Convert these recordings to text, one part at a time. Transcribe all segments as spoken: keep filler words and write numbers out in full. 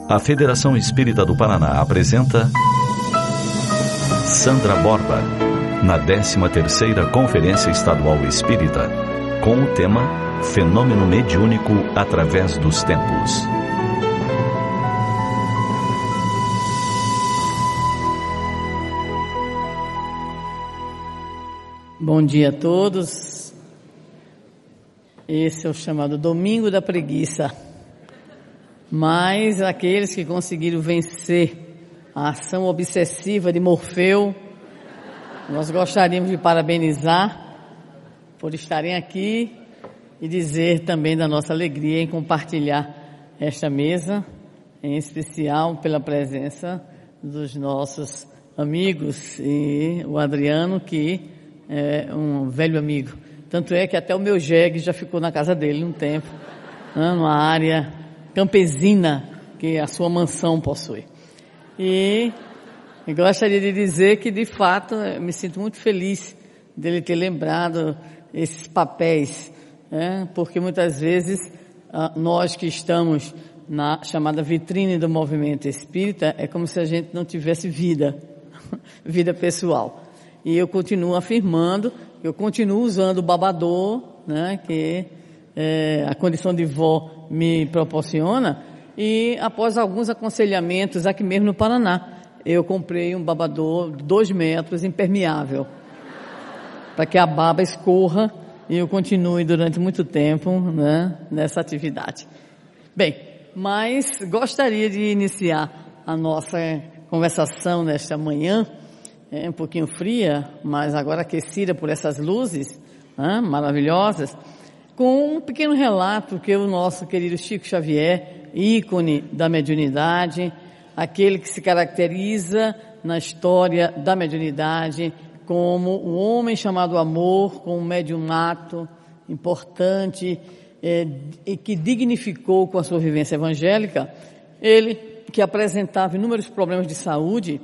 A Federação Espírita do Paraná apresenta Sandra Borba, na décima terceira Conferência Estadual Espírita, com o tema Fenômeno Mediúnico através dos tempos. Bom dia a todos. Esse é o chamado Domingo da Preguiça. Mas aqueles que conseguiram vencer a ação obsessiva de Morfeu, nós gostaríamos de parabenizar por estarem aqui e dizer também da nossa alegria em compartilhar esta mesa, em especial pela presença dos nossos amigos e o Adriano, que é um velho amigo. Tanto é que até o meu jegue já ficou na casa dele um tempo, né, numa área campesina que a sua mansão possui. E eu gostaria de dizer que, de fato, eu me sinto muito feliz dele ter lembrado esses papéis, né? Porque muitas vezes nós que estamos na chamada vitrine do movimento espírita, é como se a gente não tivesse vida, vida pessoal. E eu continuo afirmando, eu continuo usando o babador, né, que é, a condição de vó me proporciona, e após alguns aconselhamentos aqui mesmo no Paraná, eu comprei um babador de dois metros impermeável, para que a baba escorra e eu continue durante muito tempo, né, nessa atividade. Bem, mas gostaria de iniciar a nossa conversação nesta manhã, é um pouquinho fria, mas agora aquecida por essas luzes, né, maravilhosas, com um pequeno relato que o nosso querido Chico Xavier, ícone da mediunidade, aquele que se caracteriza na história da mediunidade como um homem chamado amor, com um mediunato importante, é, e que dignificou com a sua vivência evangélica, ele que apresentava inúmeros problemas de saúde,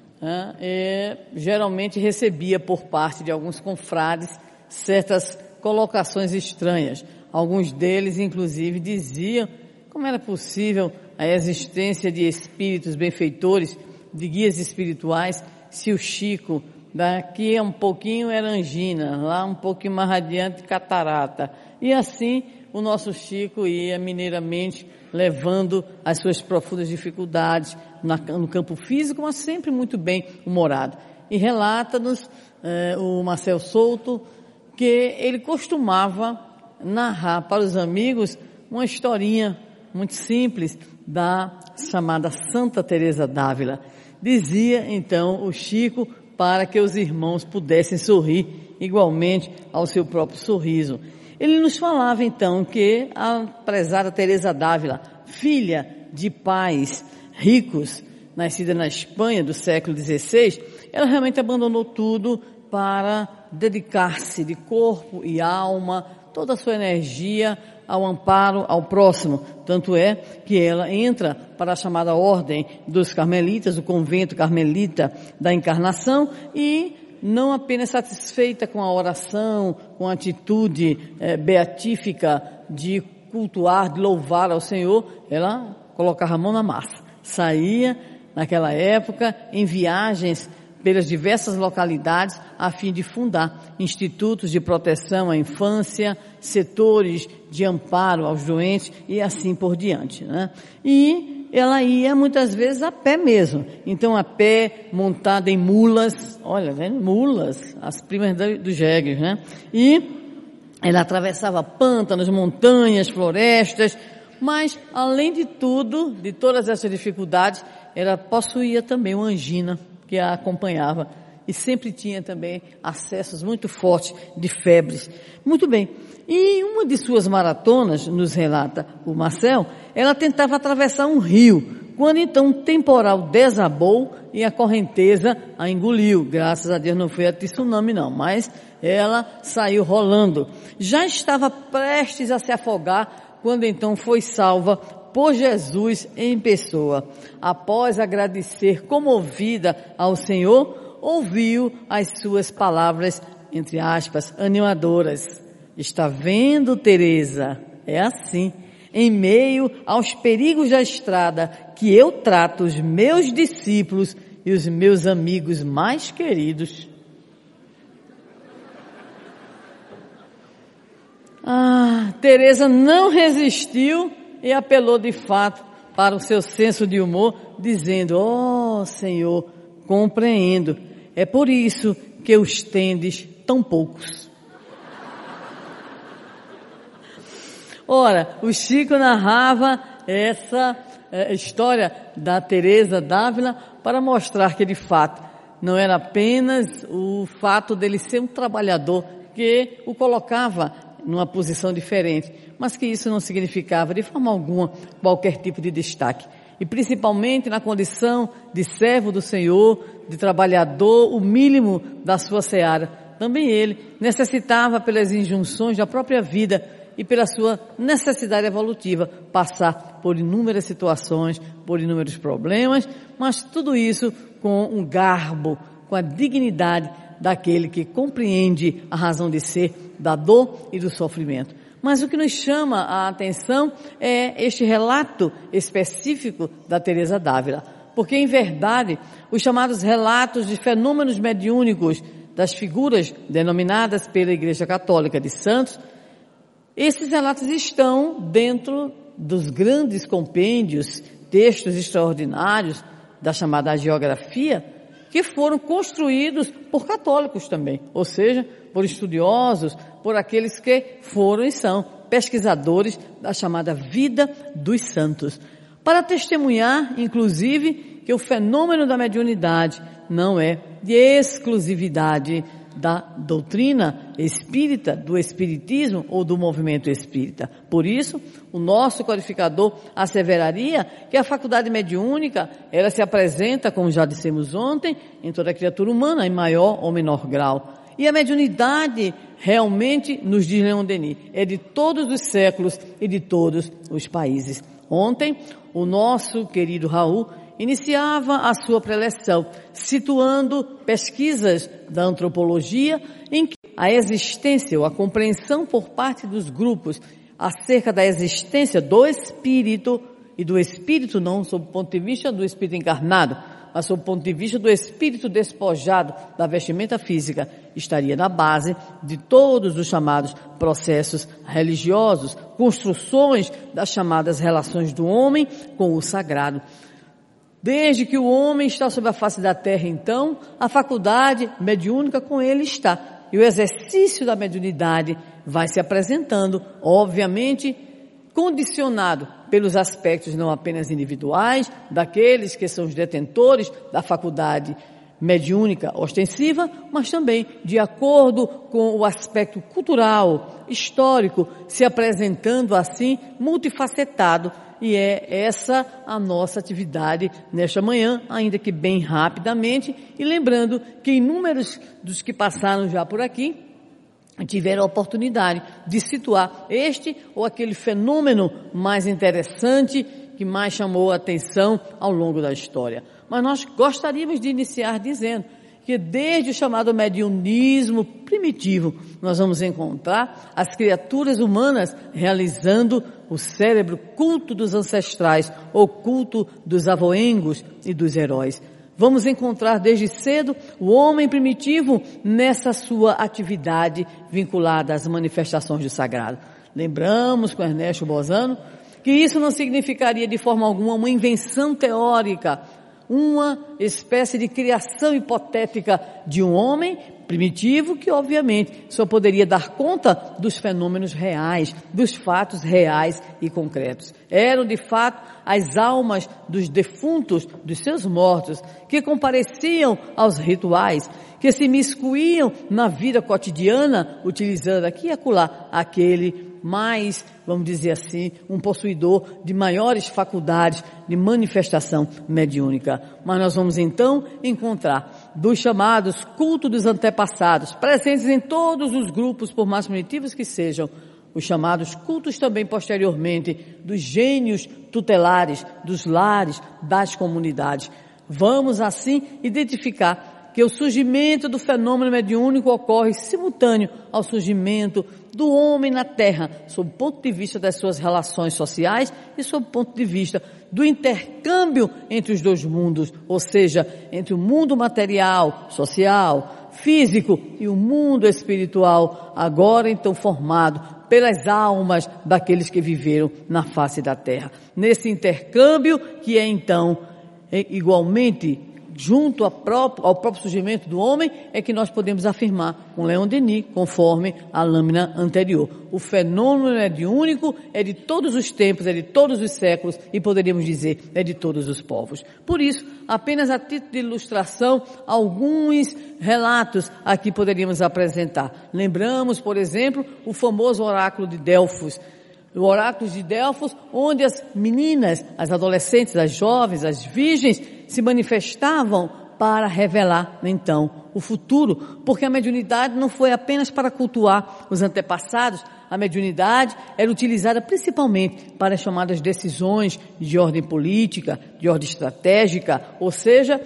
é, é, geralmente recebia por parte de alguns confrades certas colocações estranhas. Alguns deles, inclusive, diziam como era possível a existência de espíritos benfeitores, de guias espirituais, se o Chico, daqui a um pouquinho era angina, lá um pouquinho mais adiante catarata. E assim o nosso Chico ia mineiramente levando as suas profundas dificuldades na, no campo físico, mas sempre muito bem humorado. E relata-nos eh, o Marcel Souto que ele costumava narrar para os amigos uma historinha muito simples da chamada Santa Teresa d'Ávila. Dizia então o Chico para que os irmãos pudessem sorrir igualmente ao seu próprio sorriso. Ele nos falava então que a prezada Teresa d'Ávila, filha de pais ricos, nascida na Espanha do século dezesseis, ela realmente abandonou tudo para dedicar-se de corpo e alma, toda a sua energia ao amparo ao próximo. Tanto é que ela entra para a chamada Ordem dos Carmelitas, o Convento Carmelita da Encarnação, e não apenas satisfeita com a oração, com a atitude eh, beatífica de cultuar, de louvar ao Senhor, ela colocava a mão na massa. Saía, naquela época, em viagens pelas diversas localidades, a fim de fundar institutos de proteção à infância, setores de amparo aos doentes e assim por diante, né? E ela ia muitas vezes a pé mesmo, então a pé, montada em mulas, olha, né? Mulas, as primas dos jegues, né? E ela atravessava pântanos, montanhas, florestas, mas além de tudo, de todas essas dificuldades, ela possuía também uma angina que a acompanhava e sempre tinha também acessos muito fortes de febres. Muito bem. E em uma de suas maratonas, nos relata o Marcel, ela tentava atravessar um rio, quando então um temporal desabou e a correnteza a engoliu. Graças a Deus não foi a tsunami não, mas ela saiu rolando. Já estava prestes a se afogar quando então foi salva por Jesus em pessoa. Após agradecer comovida ao Senhor, ouviu as suas palavras, entre aspas, animadoras. Está vendo, Teresa? É assim. em meio aos perigos da estrada, que eu trato os meus discípulos e os meus amigos mais queridos. Ah, Teresa não resistiu e apelou de fato para o seu senso de humor, dizendo: ó oh, Senhor, compreendo, é por isso que os tendes tão poucos. Ora, o Chico narrava essa é, história da Teresa d'Ávila para mostrar que de fato não era apenas o fato dele ser um trabalhador que o colocava numa posição diferente, mas que isso não significava de forma alguma qualquer tipo de destaque. E principalmente na condição de servo do Senhor, de trabalhador, o mínimo da sua seara. Também ele necessitava, pelas injunções da própria vida e pela sua necessidade evolutiva, passar por inúmeras situações, por inúmeros problemas, mas tudo isso com um garbo, com a dignidade daquele que compreende a razão de ser da dor e do sofrimento. Mas o que nos chama a atenção é este relato específico da Teresa d'Ávila, porque em verdade os chamados relatos de fenômenos mediúnicos das figuras denominadas pela Igreja Católica de santos, esses relatos estão dentro dos grandes compêndios, textos extraordinários da chamada hagiografia, que foram construídos por católicos também, ou seja, por estudiosos, por aqueles que foram e são pesquisadores da chamada vida dos santos, para testemunhar, inclusive, que o fenômeno da mediunidade não é de exclusividade da doutrina espírita, do espiritismo ou do movimento espírita. Por isso, o nosso codificador asseveraria que a faculdade mediúnica, ela se apresenta, como já dissemos ontem, em toda criatura humana, em maior ou menor grau. E a mediunidade, realmente, nos diz Leon Denis, é de todos os séculos e de todos os países. Ontem, o nosso querido Raul iniciava a sua preleção, situando pesquisas da antropologia em que a existência ou a compreensão por parte dos grupos acerca da existência do espírito, e do espírito não sob o ponto de vista do espírito encarnado, mas sob o ponto de vista do espírito despojado da vestimenta física, estaria na base de todos os chamados processos religiosos, construções das chamadas relações do homem com o sagrado. Desde que o homem está sobre a face da terra, então, a faculdade mediúnica com ele está. E o exercício da mediunidade vai se apresentando, obviamente, condicionado pelos aspectos não apenas individuais, daqueles que são os detentores da faculdade mediúnica ostensiva, mas também de acordo com o aspecto cultural, histórico, se apresentando assim multifacetado. E é essa a nossa atividade nesta manhã, ainda que bem rapidamente, e lembrando que inúmeros dos que passaram já por aqui tiveram a oportunidade de situar este ou aquele fenômeno mais interessante que mais chamou a atenção ao longo da história. Mas nós gostaríamos de iniciar dizendo que desde o chamado mediunismo primitivo, nós vamos encontrar as criaturas humanas realizando o cérebro culto dos ancestrais, ou culto dos avoengos e dos heróis. Vamos encontrar desde cedo o homem primitivo nessa sua atividade vinculada às manifestações do sagrado. Lembramos com Ernesto Bozano que isso não significaria de forma alguma uma invenção teórica, uma espécie de criação hipotética de um homem primitivo que obviamente só poderia dar conta dos fenômenos reais, dos fatos reais e concretos. Eram de fato as almas dos defuntos, dos seus mortos, que compareciam aos rituais, que se miscuíam na vida cotidiana, utilizando aqui e acolá aquele mais, vamos dizer assim, um possuidor de maiores faculdades de manifestação mediúnica. Mas nós vamos então encontrar dos chamados cultos dos antepassados, presentes em todos os grupos, por mais primitivos que sejam, os chamados cultos também posteriormente dos gênios tutelares, dos lares, das comunidades. Vamos assim identificar que o surgimento do fenômeno mediúnico ocorre simultâneo ao surgimento do homem na Terra, sob o ponto de vista das suas relações sociais e sob o ponto de vista do intercâmbio entre os dois mundos, ou seja, entre o mundo material, social, físico e o mundo espiritual, agora então formado pelas almas daqueles que viveram na face da Terra. Nesse intercâmbio que é então é, igualmente junto ao próprio, ao próprio surgimento do homem, é que nós podemos afirmar com Leon Denis, conforme a lâmina anterior. O fenômeno é de único, é de todos os tempos, é de todos os séculos e poderíamos dizer, é de todos os povos. Por isso, apenas a título de ilustração, alguns relatos aqui poderíamos apresentar. Lembramos, por exemplo, o famoso oráculo de Delfos, o oráculo de Delfos, onde as meninas, as adolescentes, as jovens, as virgens se manifestavam para revelar, então, o futuro, porque a mediunidade não foi apenas para cultuar os antepassados, a mediunidade era utilizada principalmente para as chamadas decisões de ordem política, de ordem estratégica, ou seja,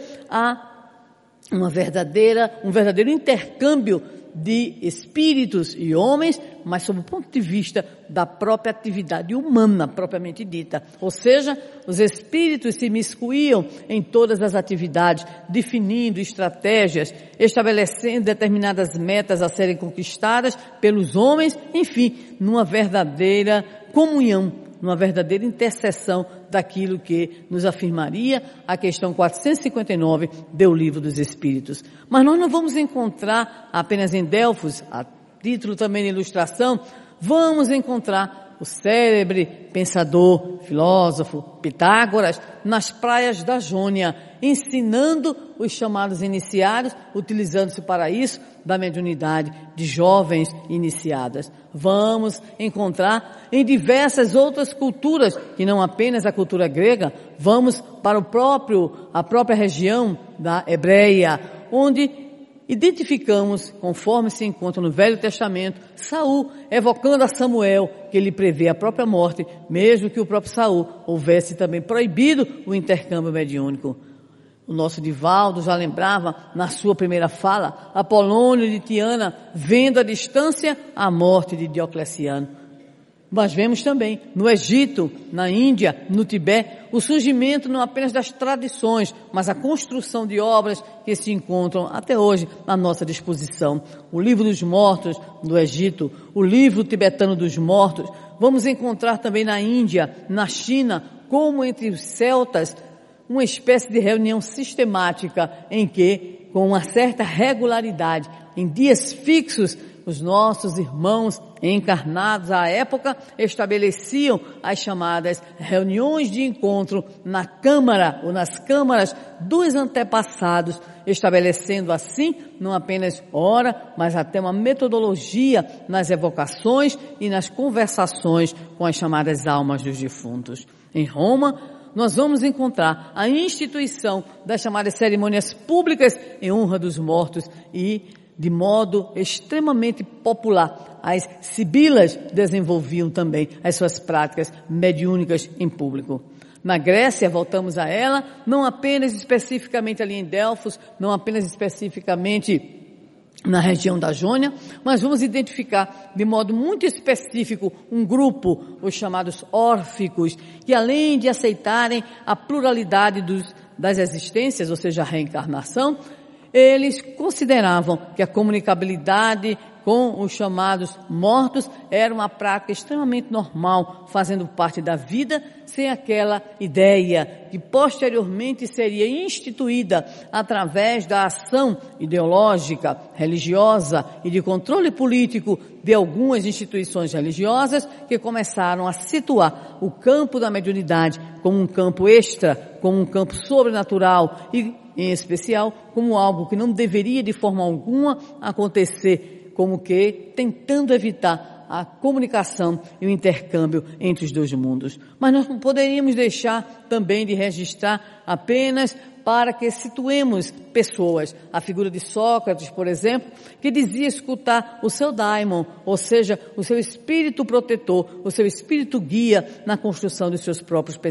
há uma verdadeira, um verdadeiro intercâmbio de espíritos e homens, mas sob o ponto de vista da própria atividade humana, propriamente dita. Ou seja, os espíritos se miscuíam em todas as atividades, definindo estratégias, estabelecendo determinadas metas a serem conquistadas pelos homens, enfim, numa verdadeira comunhão, numa verdadeira intercessão daquilo que nos afirmaria a questão quatrocentos e cinquenta e nove do Livro dos Espíritos. Mas nós não vamos encontrar apenas em Delfos, a título também de ilustração, vamos encontrar o célebre pensador, filósofo Pitágoras nas praias da Jônia, ensinando os chamados iniciados, utilizando-se para isso da mediunidade de jovens iniciadas. Vamos encontrar em diversas outras culturas, que não apenas a cultura grega, vamos para o próprio, a própria região da Hebreia, onde identificamos, conforme se encontra no Velho Testamento, Saul evocando a Samuel, que lhe prevê a própria morte, mesmo que o próprio Saul houvesse também proibido o intercâmbio mediúnico. O nosso Divaldo já lembrava, na sua primeira fala, Apolônio de Tiana, vendo à distância a morte de Diocleciano. Mas vemos também no Egito, na Índia, no Tibete, o surgimento não apenas das tradições, mas a construção de obras que se encontram até hoje à nossa disposição. O Livro dos Mortos do Egito, o Livro Tibetano dos Mortos, vamos encontrar também na Índia, na China, como entre os celtas, uma espécie de reunião sistemática em que, com uma certa regularidade, em dias fixos, os nossos irmãos encarnados à época estabeleciam as chamadas reuniões de encontro na câmara ou nas câmaras dos antepassados, estabelecendo assim não apenas hora, mas até uma metodologia nas evocações e nas conversações com as chamadas almas dos defuntos. Em Roma, nós vamos encontrar a instituição das chamadas cerimônias públicas em honra dos mortos e, de modo extremamente popular, as sibilas desenvolviam também as suas práticas mediúnicas em público. Na Grécia, voltamos a ela, não apenas especificamente ali em Delfos, não apenas especificamente na região da Jônia, mas vamos identificar de modo muito específico um grupo, os chamados órficos, que além de aceitarem a pluralidade dos, das existências, ou seja, a reencarnação, eles consideravam que a comunicabilidade com os chamados mortos era uma prática extremamente normal, fazendo parte da vida, sem aquela ideia que posteriormente seria instituída através da ação ideológica, religiosa e de controle político de algumas instituições religiosas que começaram a situar o campo da mediunidade como um campo extra, como um campo sobrenatural e, em especial, como algo que não deveria de forma alguma acontecer, como que tentando evitar a comunicação e o intercâmbio entre os dois mundos. Mas nós não poderíamos deixar também de registrar apenas para que situemos pessoas. A figura de Sócrates, por exemplo, que dizia escutar o seu daimon, ou seja, o seu espírito protetor, o seu espírito guia na construção dos seus próprios pensamentos.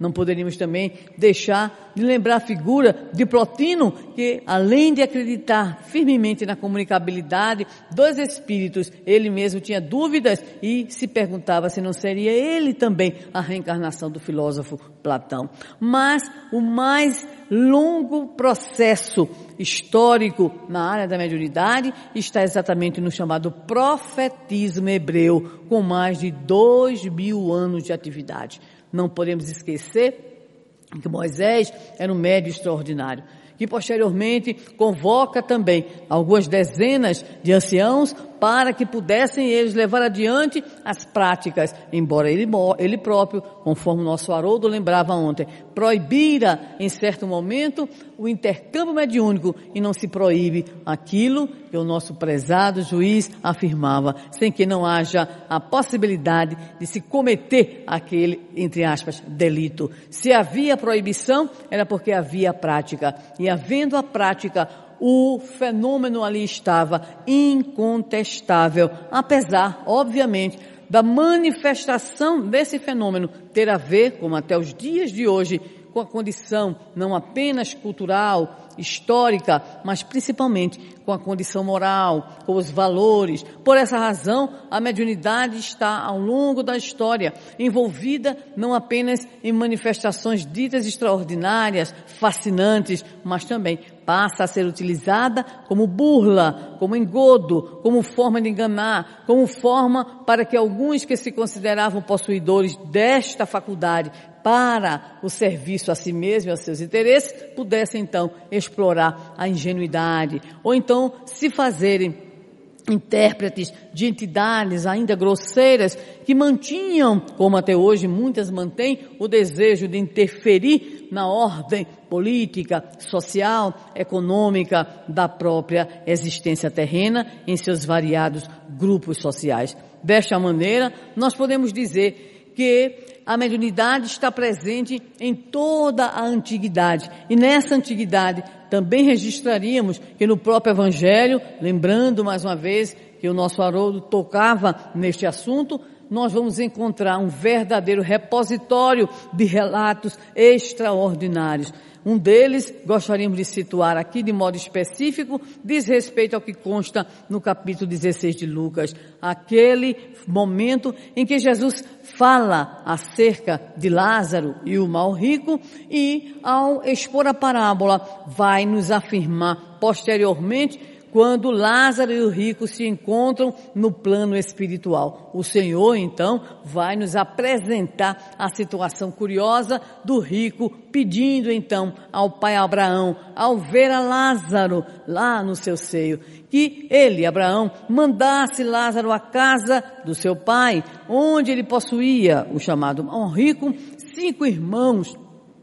Não poderíamos também deixar de lembrar a figura de Plotino, que além de acreditar firmemente na comunicabilidade dos espíritos, ele mesmo tinha dúvidas e se perguntava se não seria ele também a reencarnação do filósofo Platão. Mas o mais longo processo histórico na área da mediunidade está exatamente no chamado profetismo hebreu, com mais de dois mil anos de atividade. Não podemos esquecer que Moisés era um médium extraordinário, que posteriormente convoca também algumas dezenas de anciãos para que pudessem eles levar adiante as práticas, embora ele, ele próprio, conforme o nosso Haroldo lembrava ontem, proibira em certo momento o intercâmbio mediúnico e não se proíbe aquilo que o nosso prezado juiz afirmava, sem que não haja a possibilidade de se cometer aquele, entre aspas, delito. Se havia proibição, era porque havia prática, e havendo a prática, o fenômeno ali estava incontestável, apesar, obviamente, da manifestação desse fenômeno ter a ver, como até os dias de hoje, com a condição não apenas cultural, histórica, mas principalmente com a condição moral, com os valores. Por essa razão, a mediunidade está ao longo da história envolvida não apenas em manifestações ditas extraordinárias, fascinantes, mas também passa a ser utilizada como burla, como engodo, como forma de enganar, como forma para que alguns que se consideravam possuidores desta faculdade para o serviço a si mesmo e aos seus interesses, pudessem então explorar a ingenuidade, ou então se fazerem intérpretes de entidades ainda grosseiras que mantinham, como até hoje muitas mantêm, o desejo de interferir na ordem política, social, econômica da própria existência terrena em seus variados grupos sociais. Desta maneira, nós podemos dizer que a mediunidade está presente em toda a antiguidade. E nessa antiguidade também registraríamos que no próprio Evangelho, lembrando mais uma vez que o nosso Haroldo tocava neste assunto, nós vamos encontrar um verdadeiro repositório de relatos extraordinários. Um deles, gostaríamos de situar aqui de modo específico, diz respeito ao que consta no capítulo dezesseis de Lucas, aquele momento em que Jesus fala acerca de Lázaro e o mal rico e, ao expor a parábola, vai nos afirmar posteriormente quando Lázaro e o rico se encontram no plano espiritual. O Senhor, então, vai nos apresentar a situação curiosa do rico pedindo, então, ao pai Abraão, ao ver a Lázaro lá no seu seio, que ele, Abraão, mandasse Lázaro à casa do seu pai, onde ele possuía o chamado mal rico, cinco irmãos,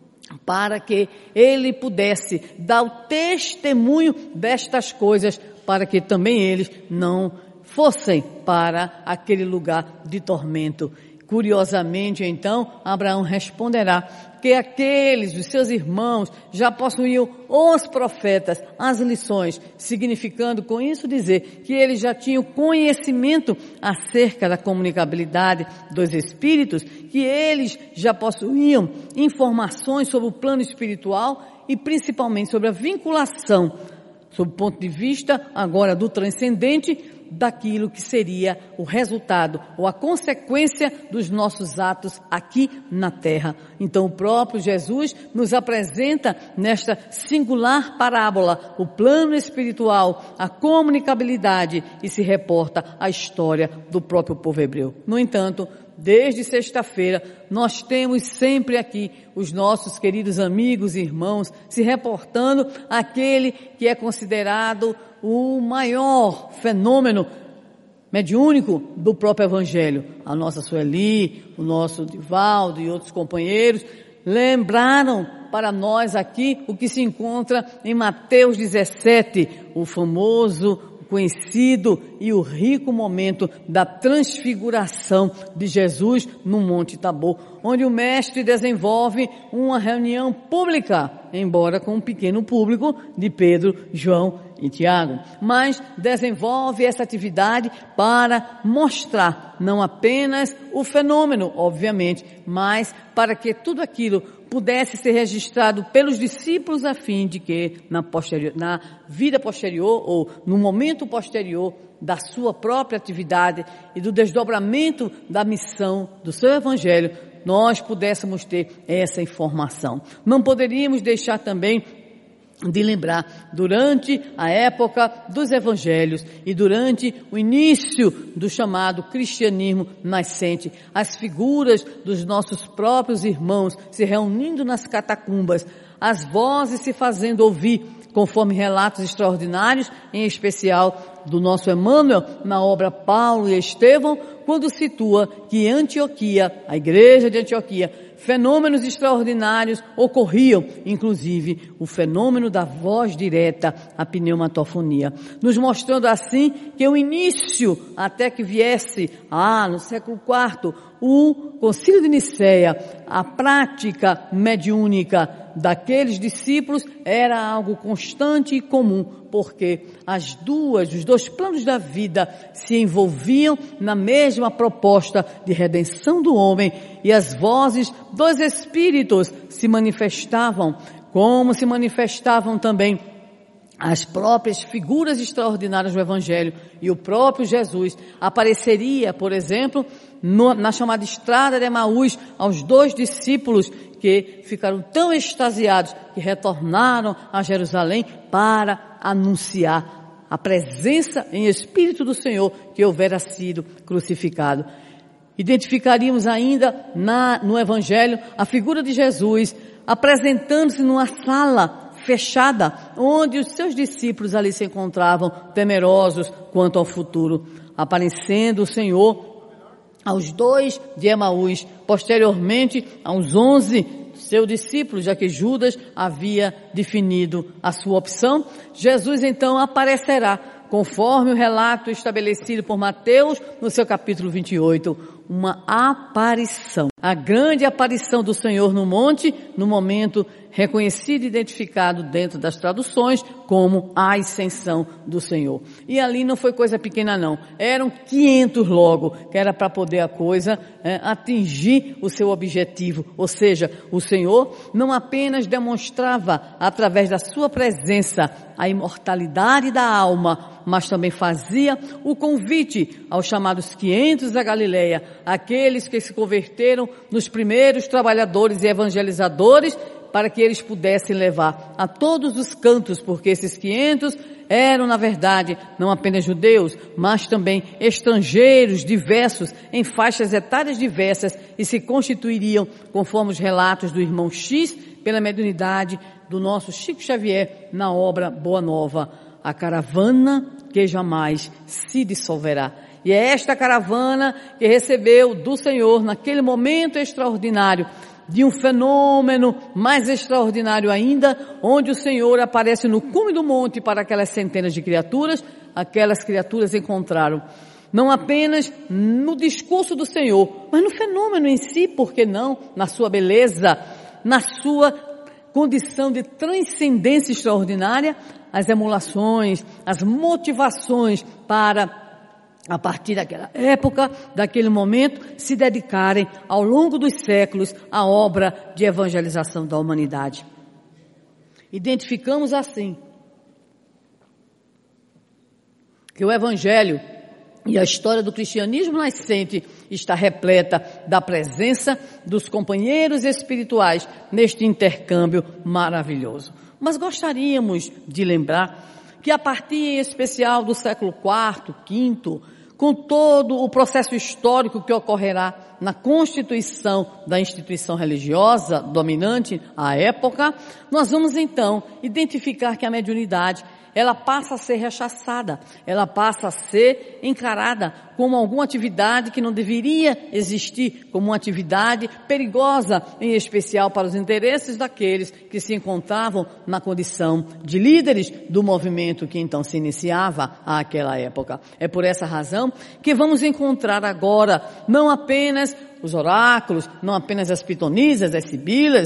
para que ele pudesse dar o testemunho destas coisas, para que também eles não fossem para aquele lugar de tormento. Curiosamente, então, Abraão responderá que aqueles, os seus irmãos, já possuíam os profetas, as lições, significando com isso dizer que eles já tinham conhecimento acerca da comunicabilidade dos espíritos, que eles já possuíam informações sobre o plano espiritual e principalmente sobre a vinculação, sob o ponto de vista agora do transcendente, daquilo que seria o resultado ou a consequência dos nossos atos aqui na Terra. Então o próprio Jesus nos apresenta nesta singular parábola o plano espiritual, a comunicabilidade e se reporta a história do próprio povo hebreu. No entanto, desde sexta-feira, nós temos sempre aqui os nossos queridos amigos e irmãos se reportando àquele que é considerado o maior fenômeno mediúnico do próprio Evangelho. A nossa Sueli, o nosso Divaldo e outros companheiros lembraram para nós aqui o que se encontra em Mateus dezessete, o famoso, conhecido e o rico momento da transfiguração de Jesus no Monte Tabor, onde o mestre desenvolve uma reunião pública, embora com um pequeno público de Pedro, João em Tiago, mas desenvolve essa atividade para mostrar não apenas o fenômeno, obviamente, mas para que tudo aquilo pudesse ser registrado pelos discípulos a fim de que na, posterior, na vida posterior ou no momento posterior da sua própria atividade e do desdobramento da missão do seu evangelho, nós pudéssemos ter essa informação. Não poderíamos deixar também de lembrar, durante a época dos evangelhos e durante o início do chamado cristianismo nascente, as figuras dos nossos próprios irmãos se reunindo nas catacumbas, as vozes se fazendo ouvir, conforme relatos extraordinários, em especial do nosso Emmanuel, na obra Paulo e Estevão, quando situa que em Antioquia, a igreja de Antioquia, fenômenos extraordinários ocorriam, inclusive o fenômeno da voz direta, a pneumatofonia, nos mostrando assim que o início, até que viesse, ah, no século quarto, o Concílio de Nicéia, a prática mediúnica daqueles discípulos era algo constante e comum, porque as duas, os dois planos da vida se envolviam na mesma proposta de redenção do homem e as vozes dos espíritos se manifestavam, como se manifestavam também as próprias figuras extraordinárias do Evangelho, e o próprio Jesus apareceria, por exemplo, no, na chamada Estrada de Emaús, aos dois discípulos que ficaram tão extasiados que retornaram a Jerusalém para anunciar a presença em espírito do Senhor que houvera sido crucificado. Identificaríamos ainda na, no Evangelho a figura de Jesus apresentando-se numa sala fechada, onde os seus discípulos ali se encontravam temerosos quanto ao futuro, aparecendo o Senhor aos dois de Emaús, posteriormente aos onze seus discípulos, já que Judas havia definido a sua opção. Jesus então aparecerá, conforme o relato estabelecido por Mateus no seu capítulo vinte e oito, uma aparição. A grande aparição do Senhor no monte, no momento reconhecido e identificado dentro das traduções como a ascensão do Senhor. E ali não foi coisa pequena não, eram quinhentos logo, que era para poder a coisa é, atingir o seu objetivo, ou seja, o Senhor não apenas demonstrava através da sua presença a imortalidade da alma, mas também fazia o convite aos chamados quinhentos da Galileia, aqueles que se converteram nos primeiros trabalhadores e evangelizadores, para que eles pudessem levar a todos os cantos, porque esses quinhentos eram, na verdade, não apenas judeus, mas também estrangeiros diversos, em faixas etárias diversas, e se constituiriam, conforme os relatos do irmão X, pela mediunidade do nosso Chico Xavier, na obra Boa Nova, a caravana que jamais se dissolverá. E é esta caravana que recebeu do Senhor, naquele momento extraordinário, de um fenômeno mais extraordinário ainda, onde o Senhor aparece no cume do monte para aquelas centenas de criaturas. Aquelas criaturas encontraram, não apenas no discurso do Senhor, mas no fenômeno em si, por que não, na sua beleza, na sua condição de transcendência extraordinária, as emulações, as motivações para, a partir daquela época, daquele momento, se dedicarem ao longo dos séculos à obra de evangelização da humanidade. Identificamos assim que o Evangelho e a história do cristianismo nascente está repleta da presença dos companheiros espirituais neste intercâmbio maravilhoso. Mas gostaríamos de lembrar que a partir em especial do século quarto, quinto, com todo o processo histórico que ocorrerá na constituição da instituição religiosa dominante à época, nós vamos então identificar que a mediunidade, ela passa a ser rechaçada, ela passa a ser encarada como alguma atividade que não deveria existir, como uma atividade perigosa, em especial para os interesses daqueles que se encontravam na condição de líderes do movimento que então se iniciava àquela época. É por essa razão que vamos encontrar agora não apenas os oráculos, não apenas as pitonisas, as sibilas,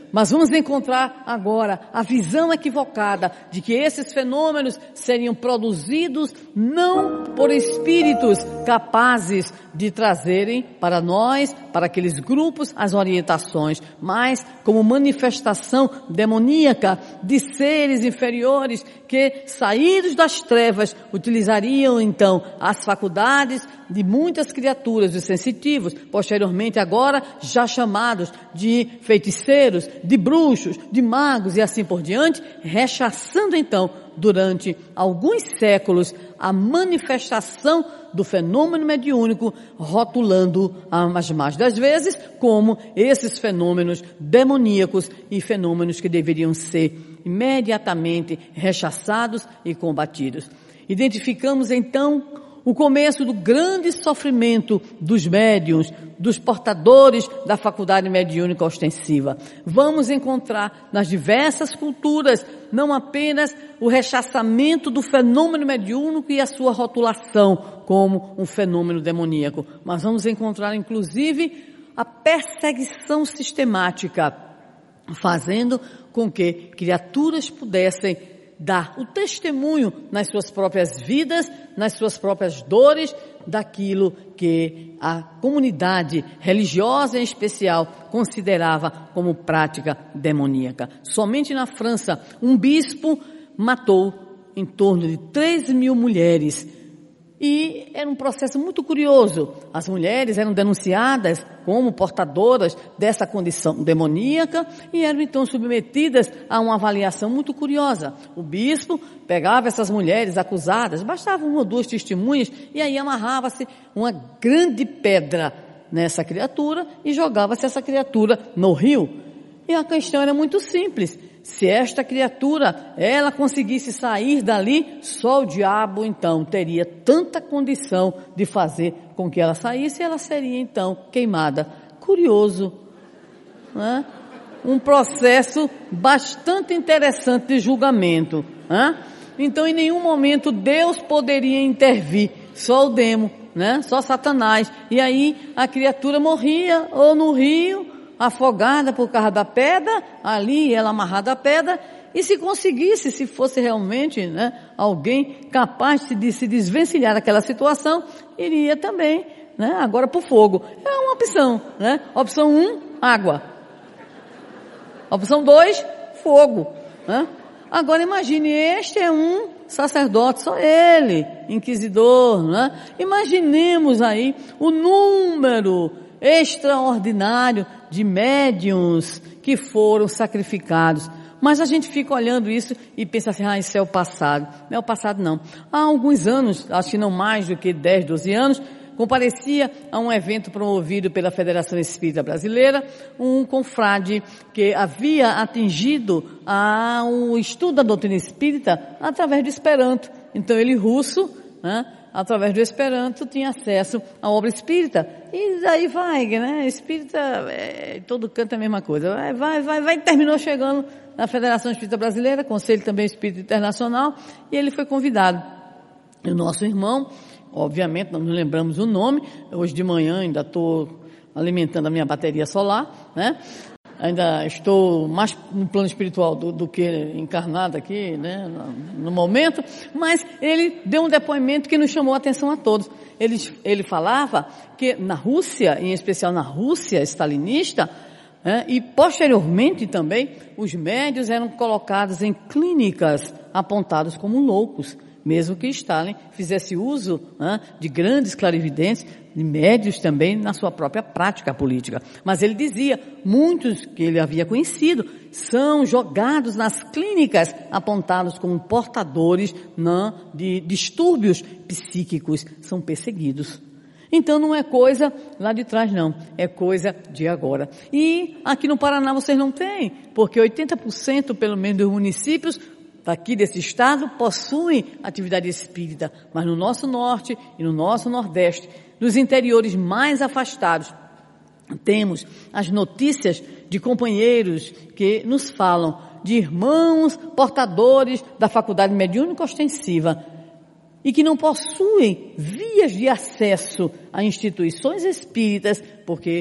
Mas vamos encontrar agora a visão equivocada de que esses fenômenos seriam produzidos não por espíritos capazes de trazerem para nós, para aqueles grupos, as orientações, mas como manifestação demoníaca de seres inferiores que, saídos das trevas, utilizariam então as faculdades de muitas criaturas, os sensitivos, posteriormente agora já chamados de feiticeiros, de bruxos, de magos e assim por diante, rechaçando então durante alguns séculos a manifestação do fenômeno mediúnico, rotulando as mais das vezes como esses fenômenos demoníacos e fenômenos que deveriam ser imediatamente rechaçados e combatidos. Identificamos então o começo do grande sofrimento dos médiuns, dos portadores da faculdade mediúnica ostensiva. Vamos encontrar nas diversas culturas não apenas o rechaçamento do fenômeno mediúnico e a sua rotulação como um fenômeno demoníaco, mas vamos encontrar inclusive a perseguição sistemática, fazendo com que criaturas pudessem dar o testemunho nas suas próprias vidas, nas suas próprias dores, daquilo que a comunidade religiosa em especial considerava como prática demoníaca. Somente na França, um bispo matou em torno de três mil mulheres. E era um processo muito curioso. As mulheres eram denunciadas como portadoras dessa condição demoníaca e eram então submetidas a uma avaliação muito curiosa. O bispo pegava essas mulheres acusadas, bastava uma ou duas testemunhas, e aí amarrava-se uma grande pedra nessa criatura e jogava-se essa criatura no rio. E a questão era muito simples. Se esta criatura, ela conseguisse sair dali, só o diabo, então, teria tanta condição de fazer com que ela saísse, e ela seria, então, queimada. Curioso, né? Um processo bastante interessante de julgamento, né? Então, em nenhum momento, Deus poderia intervir, só o demo, né? Só Satanás. E aí, a criatura morria, ou no rio, afogada por causa da pedra, ali ela amarrada à pedra, e se conseguisse, se fosse realmente, né, alguém capaz de se desvencilhar daquela situação, iria também, né, agora para o fogo. É uma opção, né? Opção um, água. Opção dois, fogo, né? Agora imagine, este é um sacerdote, só ele, inquisidor, né? Imaginemos aí o número extraordinário de médiuns que foram sacrificados. Mas a gente fica olhando isso e pensa assim, ah, isso é o passado. Não é o passado não. Há alguns anos, acho que não mais do que dez, doze anos, comparecia a um evento promovido pela Federação Espírita Brasileira, um confrade que havia atingido a, o estudo da doutrina espírita através do Esperanto. Então ele, russo, né, através do Esperanto, tinha acesso à obra espírita. E daí vai, né? Espírita, é, todo canto é a mesma coisa. Vai, vai, vai, vai, e terminou chegando na Federação Espírita Brasileira, Conselho também Espírita Internacional, e ele foi convidado. E o nosso irmão, obviamente, nós não lembramos o nome, hoje de manhã ainda estou alimentando a minha bateria solar, né? Ainda estou mais no plano espiritual do, do que encarnado aqui, né, no, no momento, mas ele deu um depoimento que nos chamou a atenção a todos. Ele, ele falava que na Rússia, em especial na Rússia stalinista, né, e posteriormente também, os médios eram colocados em clínicas apontados como loucos, mesmo que Stalin fizesse uso, né, de grandes clarividentes, de médios também na sua própria prática política. Mas ele dizia, muitos que ele havia conhecido são jogados nas clínicas apontados como portadores, né, de distúrbios psíquicos, são perseguidos. Então não é coisa lá de trás não, é coisa de agora. E aqui no Paraná vocês não têm, porque oitenta por cento pelo menos dos municípios aqui desse estado possuem atividade espírita, mas no nosso norte e no nosso nordeste, nos interiores mais afastados, temos as notícias de companheiros que nos falam de irmãos portadores da faculdade mediúnica ostensiva e que não possuem vias de acesso a instituições espíritas, porque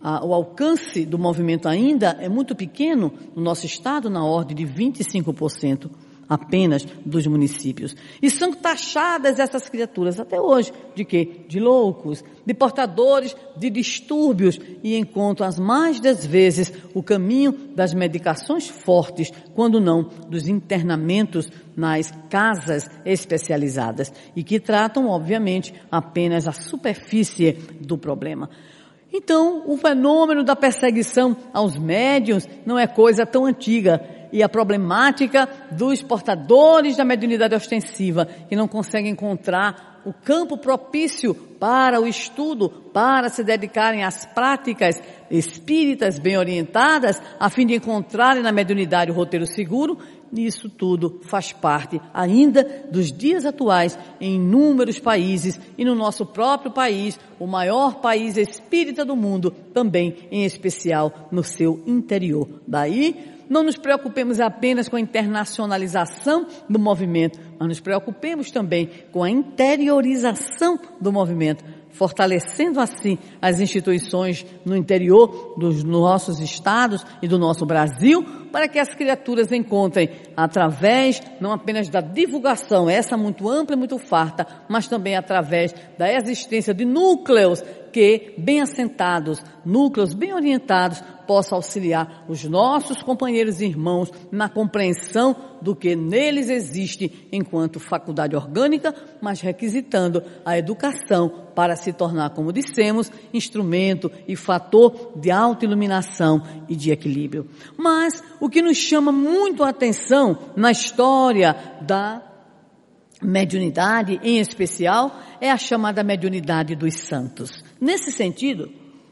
a, o alcance do movimento ainda é muito pequeno no nosso estado, na ordem de vinte e cinco por cento apenas dos municípios. E são taxadas essas criaturas até hoje de quê? De loucos, de portadores de distúrbios, e encontram as mais das vezes o caminho das medicações fortes, quando não dos internamentos nas casas especializadas, e que tratam, obviamente, apenas a superfície do problema. Então, o fenômeno da perseguição aos médiuns não é coisa tão antiga, e a problemática dos portadores da mediunidade ostensiva, que não conseguem encontrar o campo propício para o estudo, para se dedicarem às práticas espíritas bem orientadas, a fim de encontrarem na mediunidade o roteiro seguro. Isso tudo faz parte ainda dos dias atuais em inúmeros países, e no nosso próprio país, o maior país espírita do mundo, também em especial no seu interior. Daí, não nos preocupemos apenas com a internacionalização do movimento, mas nos preocupemos também com a interiorização do movimento, fortalecendo assim as instituições no interior dos nossos estados e do nosso Brasil, para que as criaturas encontrem, através não apenas da divulgação, essa muito ampla e muito farta, mas também através da existência de núcleos que, bem assentados, núcleos bem orientados, possam auxiliar os nossos companheiros e irmãos na compreensão do que neles existe enquanto faculdade orgânica, mas requisitando a educação para se tornar, como dissemos, instrumento e fator de autoiluminação e de equilíbrio. Mas o que nos chama muito a atenção na história da mediunidade, em especial, é a chamada mediunidade dos santos. Nesse sentido,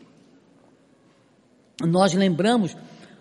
nós lembramos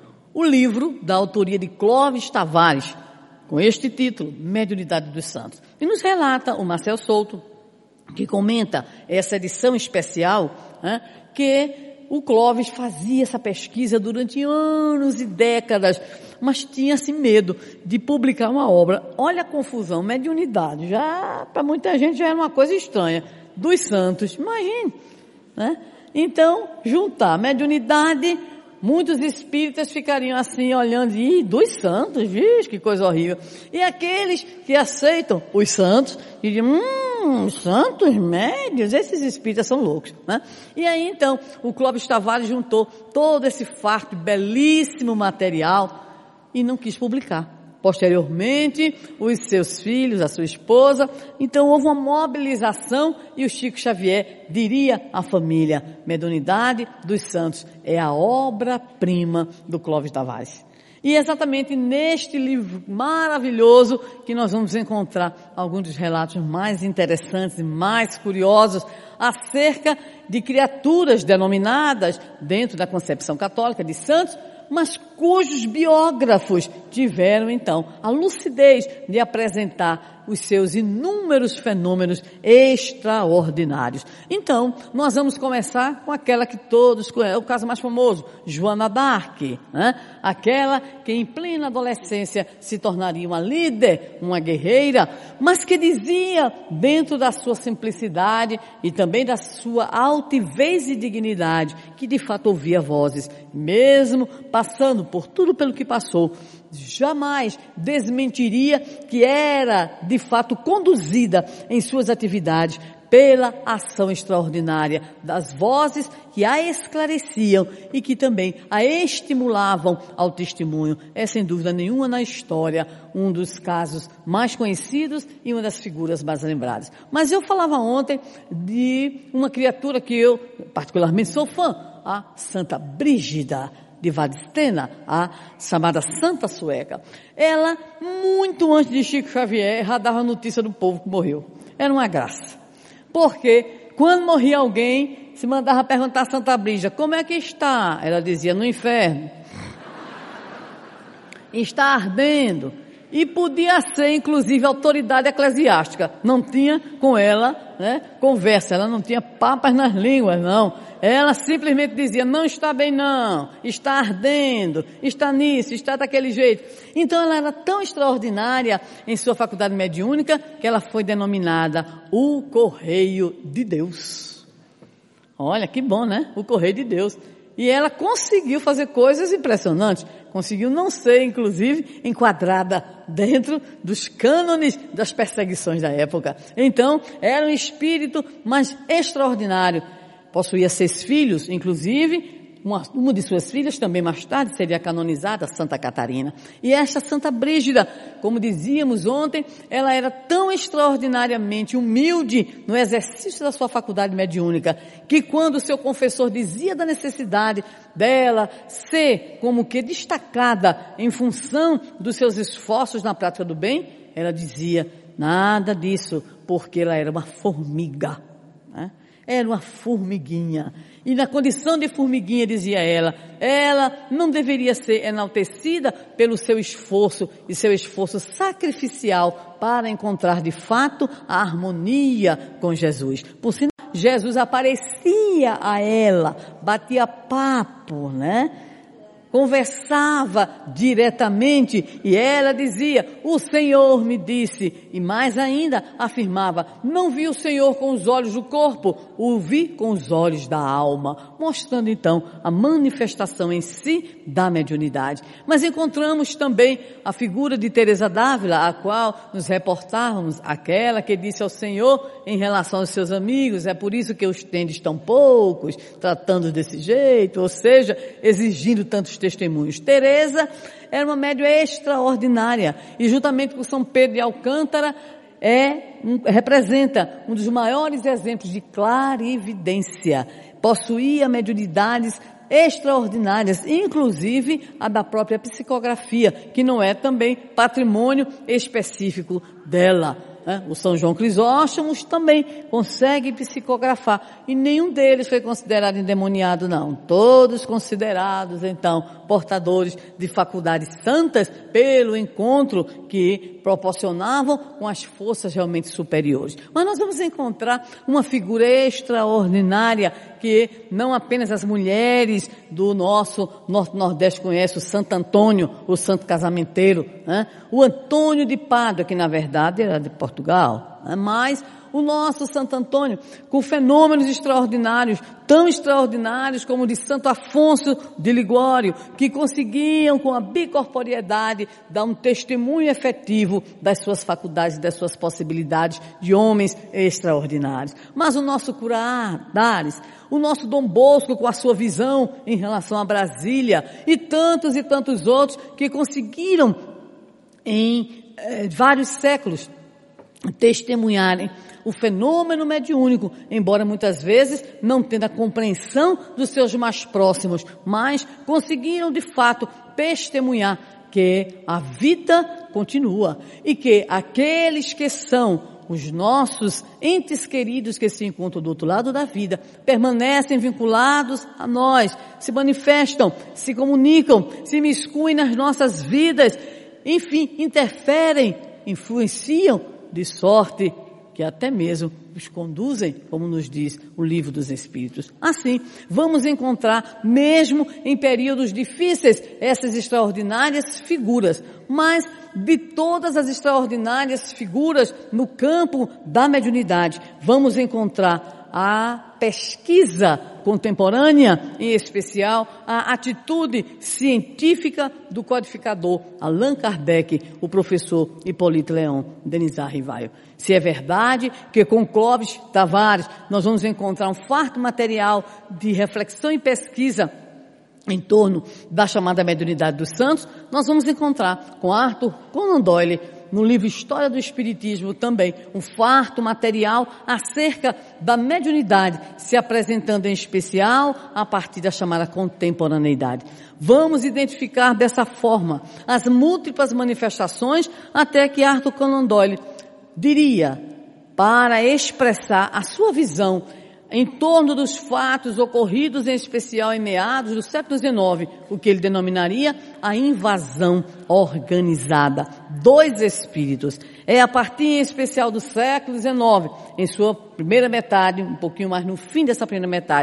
o livro da autoria de Clóvis Tavares, com este título, Mediunidade dos Santos. E nos relata o Marcel Souto, que comenta essa edição especial, né, que o Clóvis fazia essa pesquisa durante anos e décadas, mas tinha-se medo de publicar uma obra. Olha a confusão, mediunidade, já para muita gente já era uma coisa estranha, dos santos, imagine, né? Então, juntar mediunidade, muitos espíritas ficariam assim, olhando, e dos santos, vixe, que coisa horrível. E aqueles que aceitam os santos, diriam, hum, santos médios, esses espíritas são loucos, né? E aí, então, o Clóvis Tavares juntou todo esse farto, belíssimo material, e não quis publicar. Posteriormente, os seus filhos, a sua esposa, então houve uma mobilização, e o Chico Xavier diria à família, Mediunidade dos Santos é a obra-prima do Clóvis Tavares. E é exatamente neste livro maravilhoso que nós vamos encontrar alguns dos relatos mais interessantes e mais curiosos acerca de criaturas denominadas, dentro da concepção católica, de santos, mas cujos biógrafos tiveram, então, a lucidez de apresentar os seus inúmeros fenômenos extraordinários. Então, nós vamos começar com aquela que todos conhecem, o caso mais famoso, Joana d'Arc, né? Aquela que em plena adolescência se tornaria uma líder, uma guerreira, mas que dizia, dentro da sua simplicidade e também da sua altivez e dignidade, que de fato ouvia vozes, mesmo passando por tudo pelo que passou, jamais desmentiria que era, de fato, conduzida em suas atividades pela ação extraordinária das vozes que a esclareciam e que também a estimulavam ao testemunho. É, sem dúvida nenhuma, na história, um dos casos mais conhecidos e uma das figuras mais lembradas. Mas eu falava ontem de uma criatura que eu, particularmente, sou fã, a Santa Brígida de Vadstena, a chamada Santa Sueca. Ela, muito antes de Chico Xavier, já dava notícia do povo que morreu. Era uma graça. Porque quando morria alguém, se mandava perguntar a Santa Brígida, como é que está? Ela dizia, no inferno. Está ardendo. E podia ser, inclusive, autoridade eclesiástica. Não tinha com ela, né, conversa, ela não tinha papas nas línguas, não. Ela simplesmente dizia, não está bem não, está ardendo, está nisso, está daquele jeito. Então ela era tão extraordinária em sua faculdade mediúnica que ela foi denominada o Correio de Deus. Olha, que bom, né? O Correio de Deus. E ela conseguiu fazer coisas impressionantes. Conseguiu não ser, inclusive, enquadrada dentro dos cânones das perseguições da época. Então, era um espírito mais extraordinário. Possuía seis filhos, inclusive, uma, uma de suas filhas também mais tarde seria canonizada, Santa Catarina. E esta Santa Brígida, como dizíamos ontem, ela era tão extraordinariamente humilde no exercício da sua faculdade mediúnica, que quando o seu confessor dizia da necessidade dela ser como que destacada em função dos seus esforços na prática do bem, ela dizia, nada disso, porque ela era uma formiga, né? Era uma formiguinha. E na condição de formiguinha, dizia ela, ela não deveria ser enaltecida pelo seu esforço e seu esforço sacrificial para encontrar de fato a harmonia com Jesus. Por sinal, Jesus aparecia a ela, batia papo, né? Conversava diretamente e ela dizia, o Senhor me disse, e mais ainda afirmava, não vi o Senhor com os olhos do corpo, o vi com os olhos da alma, mostrando então a manifestação em si da mediunidade. Mas encontramos também a figura de Teresa d'Ávila, a qual nos reportávamos, aquela que disse ao Senhor em relação aos seus amigos, é por isso que os tendes tão poucos, tratando desse jeito, ou seja, exigindo tantos testemunhos. Teresa era uma médium extraordinária e juntamente com São Pedro de Alcântara é, um, representa um dos maiores exemplos de clarividência. Possuía mediunidades extraordinárias, inclusive a da própria psicografia, que não é também patrimônio específico dela. O São João Crisóstomo também consegue psicografar e nenhum deles foi considerado endemoniado, não. Todos considerados, então, portadores de faculdades santas pelo encontro que proporcionavam com as forças realmente superiores. Mas nós vamos encontrar uma figura extraordinária que não apenas as mulheres do nosso Norte-Nordeste conhecem, o Santo Antônio, o Santo Casamenteiro, né? O Antônio de Pádua, que na verdade era de Portugal, né? Mas o nosso Santo Antônio, com fenômenos extraordinários, tão extraordinários como o de Santo Afonso de Ligório, que conseguiam com a bicorporiedade dar um testemunho efetivo das suas faculdades e das suas possibilidades de homens extraordinários. Mas o nosso Cura Dares, o nosso Dom Bosco com a sua visão em relação a Brasília e tantos e tantos outros que conseguiram em eh, vários séculos testemunharem o fenômeno mediúnico, embora muitas vezes não tendo a compreensão dos seus mais próximos, mas conseguiram de fato testemunhar que a vida continua e que aqueles que são os nossos entes queridos que se encontram do outro lado da vida permanecem vinculados a nós, se manifestam, se comunicam, se miscuem nas nossas vidas, enfim, interferem, influenciam de sorte que até mesmo os conduzem, como nos diz o Livro dos Espíritos. Assim, vamos encontrar, mesmo em períodos difíceis, essas extraordinárias figuras, mas de todas as extraordinárias figuras no campo da mediunidade, vamos encontrar a pesquisa contemporânea, em especial a atitude científica do codificador Allan Kardec, o professor Hipólito Leão Denizar Rivaio. Se é verdade que com Clóvis Tavares nós vamos encontrar um farto material de reflexão e pesquisa em torno da chamada mediunidade dos santos, nós vamos encontrar com Arthur Conan Doyle, no livro História do Espiritismo, também um farto material acerca da mediunidade, se apresentando em especial a partir da chamada contemporaneidade. Vamos identificar dessa forma as múltiplas manifestações até que Arthur Conan Doyle diria, para expressar a sua visão em torno dos fatos ocorridos, em especial em meados do século dezenove, o que ele denominaria a invasão organizada dos espíritos. É a partir em especial do século dezenove, em sua primeira metade, um pouquinho mais no fim dessa primeira metade,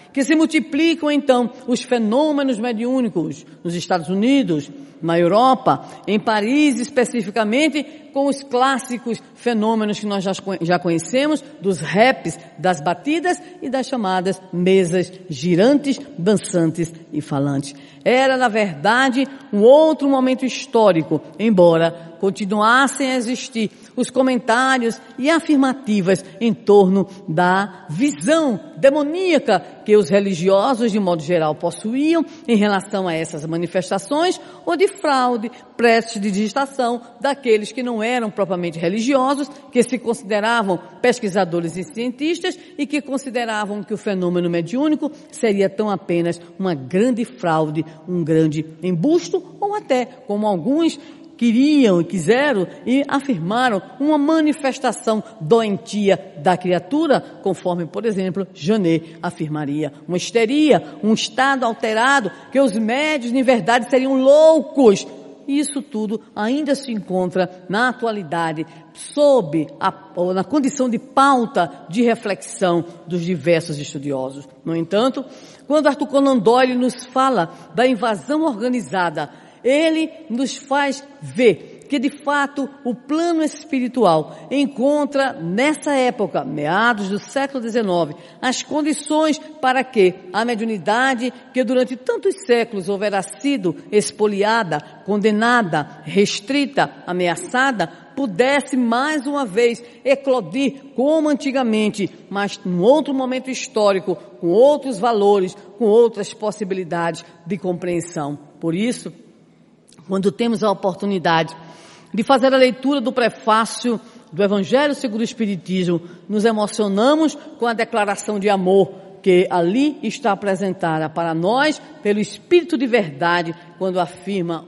que se multiplicam então os fenômenos mediúnicos nos Estados Unidos, na Europa, em Paris especificamente, com os clássicos fenômenos que nós já conhecemos, dos raps, das batidas e das chamadas mesas girantes, dançantes e falantes. Era, na verdade, um outro momento histórico, embora continuassem a existir os comentários e afirmativas em torno da visão demoníaca que os religiosos, de modo geral, possuíam em relação a essas manifestações, ou de fraude, prestidigitação daqueles que não eram propriamente religiosos, que se consideravam pesquisadores e cientistas e que consideravam que o fenômeno mediúnico seria tão apenas uma grande fraude, um grande embusto, ou até, como alguns queriam e quiseram e afirmaram, uma manifestação doentia da criatura, conforme, por exemplo, Janet afirmaria. Uma histeria, um estado alterado, que os médios, de verdade, seriam loucos. E isso tudo ainda se encontra na atualidade, sob a, ou na condição de pauta de reflexão dos diversos estudiosos. No entanto, quando Arthur Conan Doyle nos fala da invasão organizada, ele nos faz ver que, de fato, o plano espiritual encontra, nessa época, meados do século dezenove, as condições para que a mediunidade, que durante tantos séculos houvera sido expoliada, condenada, restrita, ameaçada, pudesse mais uma vez eclodir como antigamente, mas num outro momento histórico, com outros valores, com outras possibilidades de compreensão. Por isso, quando temos a oportunidade de fazer a leitura do prefácio do Evangelho segundo o Espiritismo, nos emocionamos com a declaração de amor que ali está apresentada para nós pelo Espírito de Verdade, quando afirma: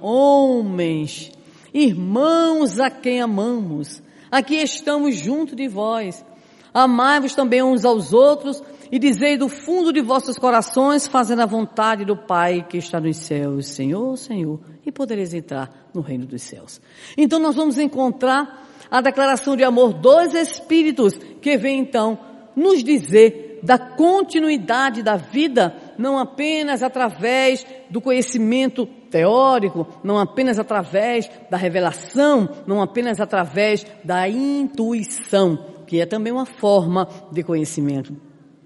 homens, irmãos a quem amamos, aqui estamos junto de vós, amai-vos também uns aos outros e dizei do fundo de vossos corações, fazendo a vontade do Pai que está nos céus, Senhor, Senhor, e podereis entrar no reino dos céus. Então nós vamos encontrar a declaração de amor dos Espíritos, que vem então nos dizer da continuidade da vida, não apenas através do conhecimento teórico, não apenas através da revelação, não apenas através da intuição, que é também uma forma de conhecimento.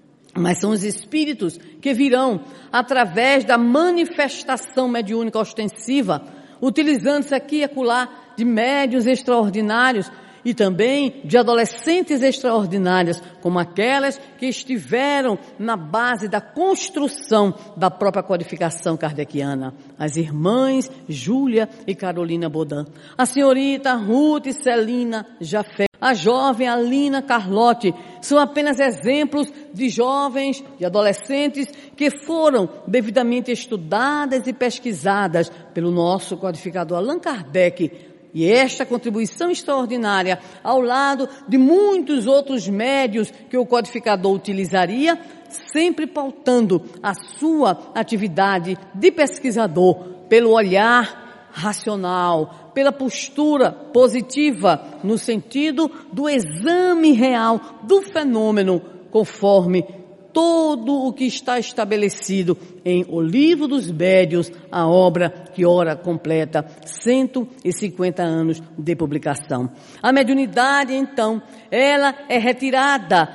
Mas são os espíritos que virão através da manifestação mediúnica ostensiva, utilizando-se aqui e acolá de médiuns extraordinários e também de adolescentes extraordinárias, como aquelas que estiveram na base da construção da própria codificação kardeciana. As irmãs Júlia e Carolina Baudin, a senhorita Ruth Celina Jafé, a jovem Alina Carlotti, são apenas exemplos de jovens e adolescentes que foram devidamente estudadas e pesquisadas pelo nosso codificador Allan Kardec. E esta contribuição extraordinária, ao lado de muitos outros médios que o codificador utilizaria, sempre pautando a sua atividade de pesquisador pelo olhar racional, pela postura positiva, no sentido do exame real do fenômeno, conforme todo o que está estabelecido em O Livro dos Médiuns, a obra que ora completa cento e cinquenta anos de publicação. A mediunidade, então, ela é retirada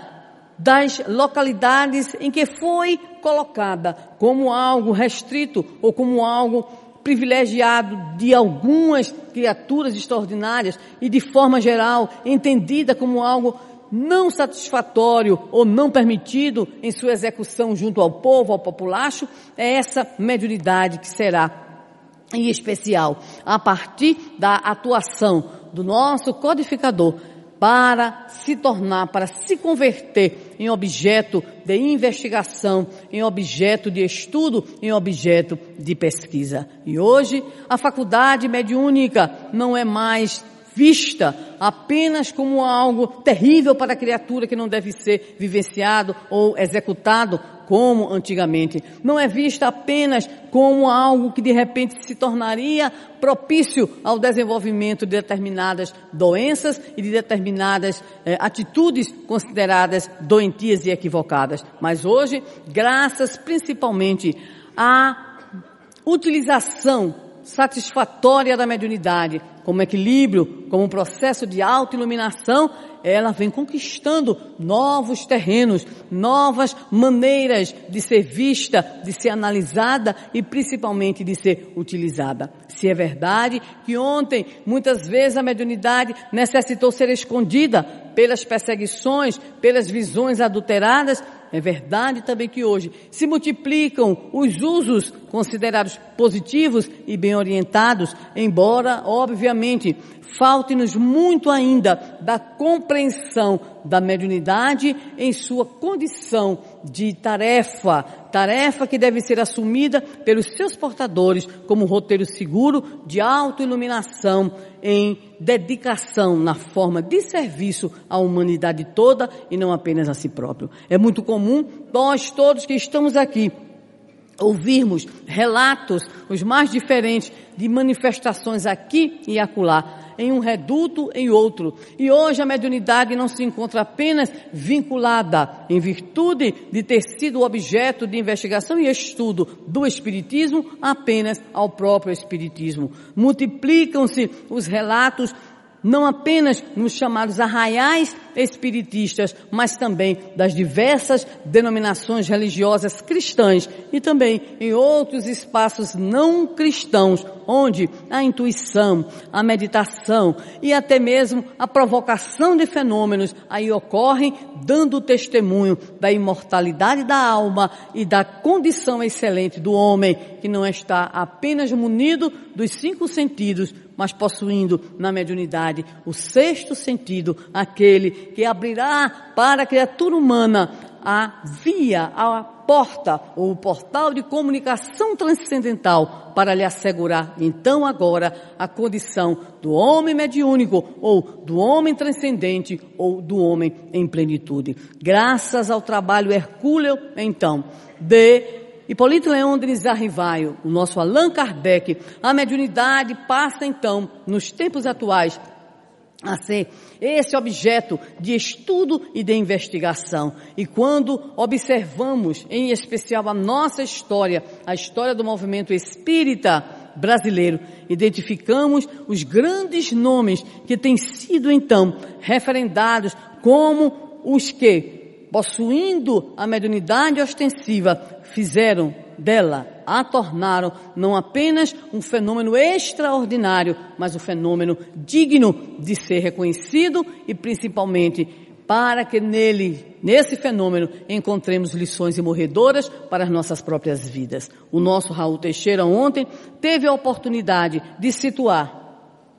das localidades em que foi colocada como algo restrito ou como algo privilegiado de algumas criaturas extraordinárias e, de forma geral, entendida como algo não satisfatório ou não permitido em sua execução junto ao povo, ao populacho. É essa mediunidade que será, em especial, a partir da atuação do nosso codificador, para se tornar, para se converter em objeto de investigação, em objeto de estudo, em objeto de pesquisa. E hoje, a faculdade mediúnica não é mais vista apenas como algo terrível para a criatura que não deve ser vivenciado ou executado como antigamente. Não é vista apenas como algo que de repente se tornaria propício ao desenvolvimento de determinadas doenças e de determinadas eh, atitudes consideradas doentias e equivocadas. Mas hoje, graças principalmente à utilização satisfatória da mediunidade, como equilíbrio, como um processo de autoiluminação, ela vem conquistando novos terrenos, novas maneiras de ser vista, de ser analisada e principalmente de ser utilizada. Se é verdade que ontem, muitas vezes, a mediunidade necessitou ser escondida pelas perseguições, pelas visões adulteradas, é verdade também que hoje se multiplicam os usos considerados positivos e bem orientados, embora, obviamente, falte-nos muito ainda da compreensão da mediunidade em sua condição de tarefa, tarefa que deve ser assumida pelos seus portadores como um roteiro seguro de autoiluminação em dedicação na forma de serviço à humanidade toda e não apenas a si próprio. É muito comum nós todos que estamos aqui ouvirmos relatos os mais diferentes de manifestações aqui e acolá, em um reduto, em outro. E hoje a mediunidade não se encontra apenas vinculada, em virtude de ter sido objeto de investigação e estudo do Espiritismo, apenas ao próprio Espiritismo. Multiplicam-se os relatos não apenas nos chamados arraiais espiritistas, mas também das diversas denominações religiosas cristãs e também em outros espaços não cristãos, onde a intuição, a meditação e até mesmo a provocação de fenômenos aí ocorrem, dando testemunho da imortalidade da alma e da condição excelente do homem, que não está apenas munido dos cinco sentidos, mas possuindo na mediunidade o sexto sentido, aquele que abrirá para a criatura humana a via, a porta ou o portal de comunicação transcendental para lhe assegurar então agora a condição do homem mediúnico ou do homem transcendente ou do homem em plenitude. Graças ao trabalho hercúleo então de Hipólito Leão Denis Arrivaio, o nosso Allan Kardec, a mediunidade passa então, nos tempos atuais, a ser esse objeto de estudo e de investigação. E quando observamos, em especial, a nossa história, a história do movimento espírita brasileiro, identificamos os grandes nomes que têm sido então referendados como os que, possuindo a mediunidade ostensiva, fizeram dela, a tornaram não apenas um fenômeno extraordinário, mas um fenômeno digno de ser reconhecido e principalmente para que nele, nesse fenômeno, encontremos lições imorredoras para as nossas próprias vidas. O nosso Raul Teixeira ontem teve a oportunidade de situar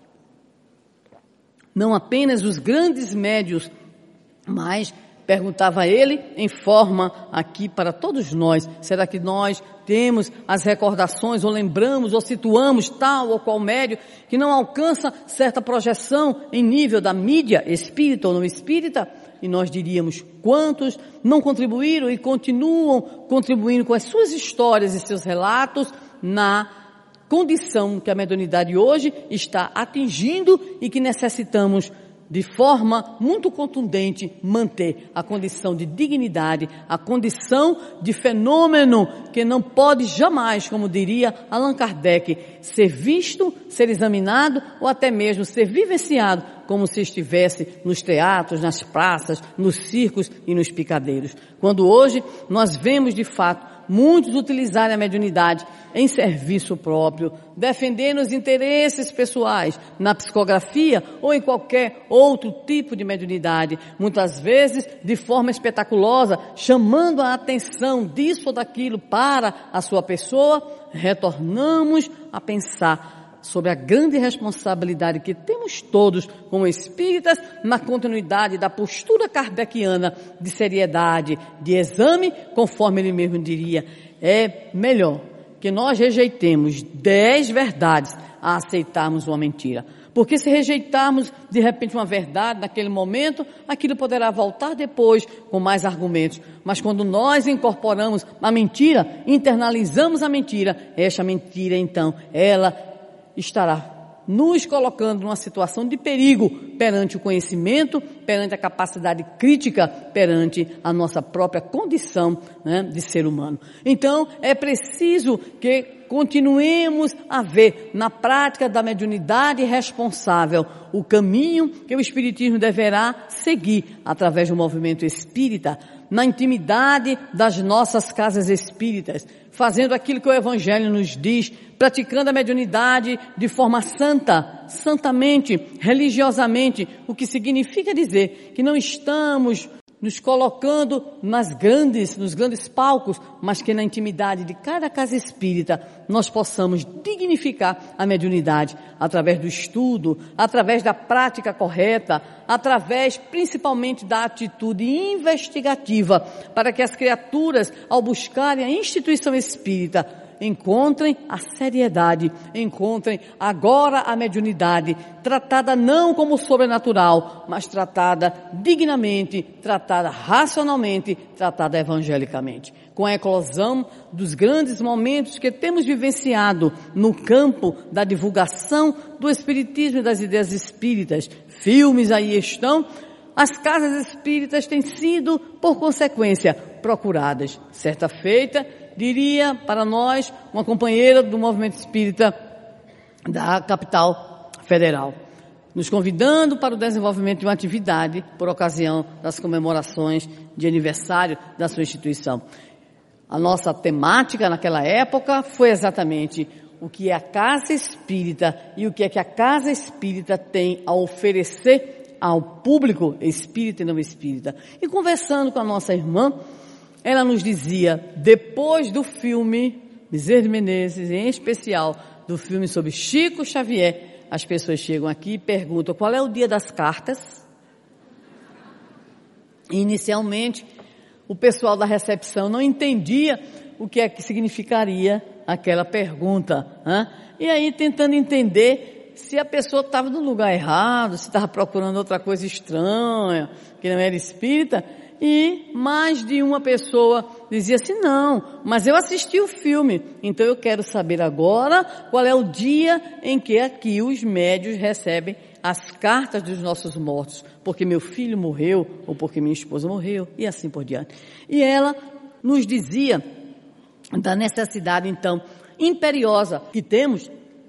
não apenas os grandes médios, mas perguntava ele em forma aqui para todos nós, será que nós temos as recordações ou lembramos ou situamos tal ou qual médio que não alcança certa projeção em nível da mídia espírita ou não espírita? E nós diríamos quantos não contribuíram e continuam contribuindo com as suas histórias e seus relatos na condição que a mediunidade hoje está atingindo e que necessitamos de forma muito contundente manter a condição de dignidade, a condição de fenômeno que não pode jamais, como diria Allan Kardec, ser visto, ser examinado ou até mesmo ser vivenciado como se estivesse nos teatros, nas praças, nos circos e nos picadeiros. Quando hoje nós vemos de fato muitos utilizarem a mediunidade em serviço próprio, defendendo os interesses pessoais na psicografia ou em qualquer outro tipo de mediunidade, muitas vezes de forma espetaculosa, chamando a atenção disso ou daquilo para a sua pessoa, retornamos a pensar sobre a grande responsabilidade que temos todos como espíritas na continuidade da postura kardeciana de seriedade, de exame, conforme ele mesmo diria. É melhor que nós rejeitemos dez verdades a aceitarmos uma mentira. Porque se rejeitarmos de repente uma verdade naquele momento, aquilo poderá voltar depois com mais argumentos. Mas quando nós incorporamos a mentira, internalizamos a mentira, esta mentira então, ela estará nos colocando numa situação de perigo perante o conhecimento, perante a capacidade crítica, perante a nossa própria condição, né, de ser humano. Então, é preciso que continuemos a ver na prática da mediunidade responsável o caminho que o Espiritismo deverá seguir através do movimento espírita, na intimidade das nossas casas espíritas, fazendo aquilo que o Evangelho nos diz, praticando a mediunidade de forma santa, santamente, religiosamente, o que significa dizer que não estamos nos colocando nas grandes, nos grandes palcos, mas que na intimidade de cada casa espírita nós possamos dignificar a mediunidade através do estudo, através da prática correta, através principalmente da atitude investigativa, para que as criaturas, ao buscarem a instituição espírita, encontrem a seriedade, encontrem agora a mediunidade, tratada não como sobrenatural, mas tratada dignamente, tratada racionalmente, tratada evangelicamente. Com a eclosão dos grandes momentos que temos vivenciado no campo da divulgação do Espiritismo e das ideias espíritas, filmes aí estão, as casas espíritas têm sido, por consequência, procuradas. Certa feita, diria para nós, uma companheira do movimento espírita da capital federal, nos convidando para o desenvolvimento de uma atividade por ocasião das comemorações de aniversário da sua instituição. A nossa temática naquela época foi exatamente o que é a casa espírita e o que é que a casa espírita tem a oferecer ao público espírita e não espírita. E conversando com a nossa irmã, ela nos dizia, depois do filme Bezerra de Menezes, em especial do filme sobre Chico Xavier, as pessoas chegam aqui e perguntam qual é o dia das cartas. E inicialmente, o pessoal da recepção não entendia o que é que significaria aquela pergunta, né? E aí tentando entender se a pessoa estava no lugar errado, se estava procurando outra coisa estranha, que não era espírita. E mais de uma pessoa dizia assim, não, mas eu assisti o filme, então eu quero saber agora qual é o dia em que aqui os médios recebem as cartas dos nossos mortos, porque meu filho morreu ou porque minha esposa morreu e assim por diante. E ela nos dizia da necessidade então imperiosa que temos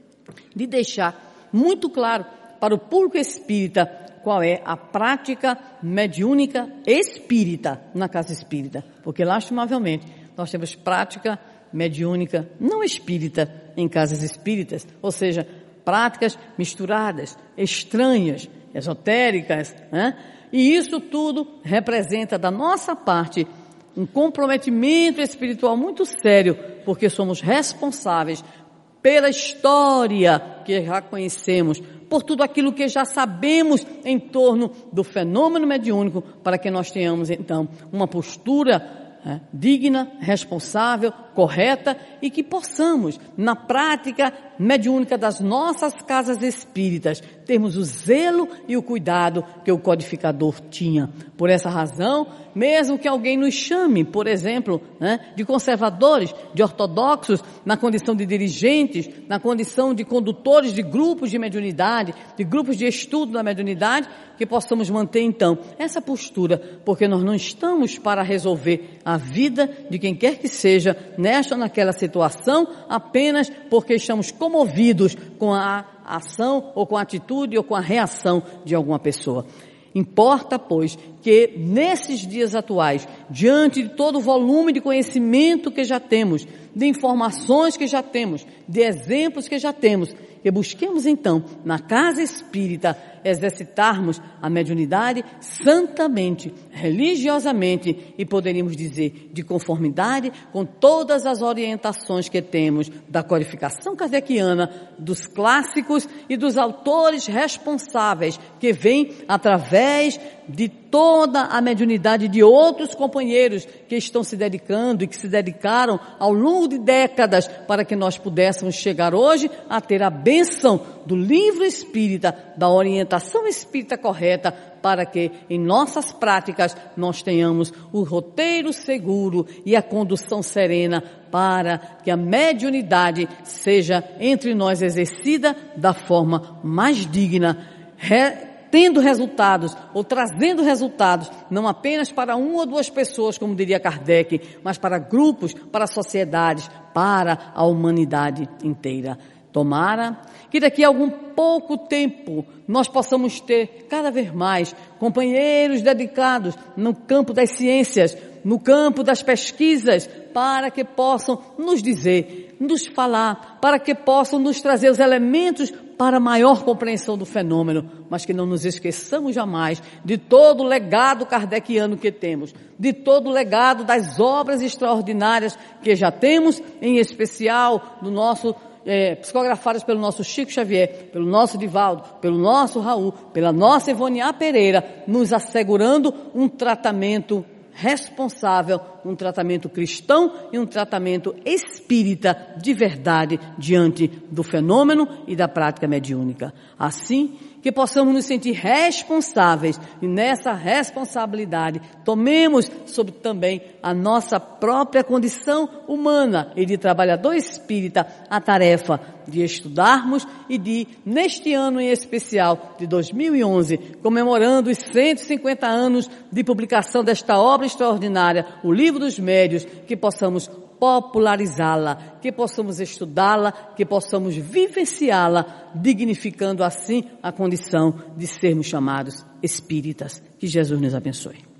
de deixar muito claro para o público espírita qual é a prática mediúnica espírita na casa espírita. Porque, lastimavelmente, nós temos prática mediúnica não espírita em casas espíritas, ou seja, práticas misturadas, estranhas, esotéricas, né? E isso tudo representa da nossa parte um comprometimento espiritual muito sério, porque somos responsáveis pela história que já conhecemos, por tudo aquilo que já sabemos em torno do fenômeno mediúnico, para que nós tenhamos então uma postura é, digna, responsável, correta e que possamos, na prática mediúnica das nossas casas espíritas, termos o zelo e o cuidado que o codificador tinha. Por essa razão, mesmo que alguém nos chame, por exemplo, né, de conservadores, de ortodoxos, na condição de dirigentes, na condição de condutores de grupos de mediunidade, de grupos de estudo da mediunidade, que possamos manter então essa postura, porque nós não estamos para resolver a vida de quem quer que seja, nesta ou naquela situação, apenas porque estamos comovidos com a ação ou com a atitude ou com a reação de alguma pessoa. Importa, pois, que nesses dias atuais, diante de todo o volume de conhecimento que já temos, de informações que já temos, de exemplos que já temos, que busquemos então, na casa espírita, exercitarmos a mediunidade santamente, religiosamente e poderíamos dizer de conformidade com todas as orientações que temos da codificação kardeciana, dos clássicos e dos autores responsáveis que vêm através de toda a mediunidade de outros companheiros que estão se dedicando e que se dedicaram ao longo de décadas para que nós pudéssemos chegar hoje a ter a bênção do livro espírita, da orientação espírita correta, para que em nossas práticas nós tenhamos o roteiro seguro e a condução serena para que a mediunidade seja entre nós exercida da forma mais digna, re- tendo resultados ou trazendo resultados, não apenas para uma ou duas pessoas, como diria Kardec, mas para grupos, para sociedades, para a humanidade inteira. Tomara que daqui a algum pouco tempo nós possamos ter cada vez mais companheiros dedicados no campo das ciências, no campo das pesquisas, para que possam nos dizer, nos falar, para que possam nos trazer os elementos para maior compreensão do fenômeno, mas que não nos esqueçamos jamais de todo o legado kardeciano que temos, de todo o legado das obras extraordinárias que já temos, em especial do nosso É, psicografadas pelo nosso Chico Xavier, pelo nosso Divaldo, pelo nosso Raul, pela nossa Ivone Pereira, nos assegurando um tratamento responsável, um tratamento cristão e um tratamento espírita de verdade diante do fenômeno e da prática mediúnica. Assim que possamos nos sentir responsáveis e nessa responsabilidade tomemos sobre também a nossa própria condição humana e de trabalhador espírita a tarefa de estudarmos e de, neste ano em especial, de dois mil e onze, comemorando os cento e cinquenta anos de publicação desta obra extraordinária, o Livro dos Médiuns, que possamos popularizá-la, que possamos estudá-la, que possamos vivenciá-la, dignificando assim a condição de sermos chamados espíritas. Que Jesus nos abençoe.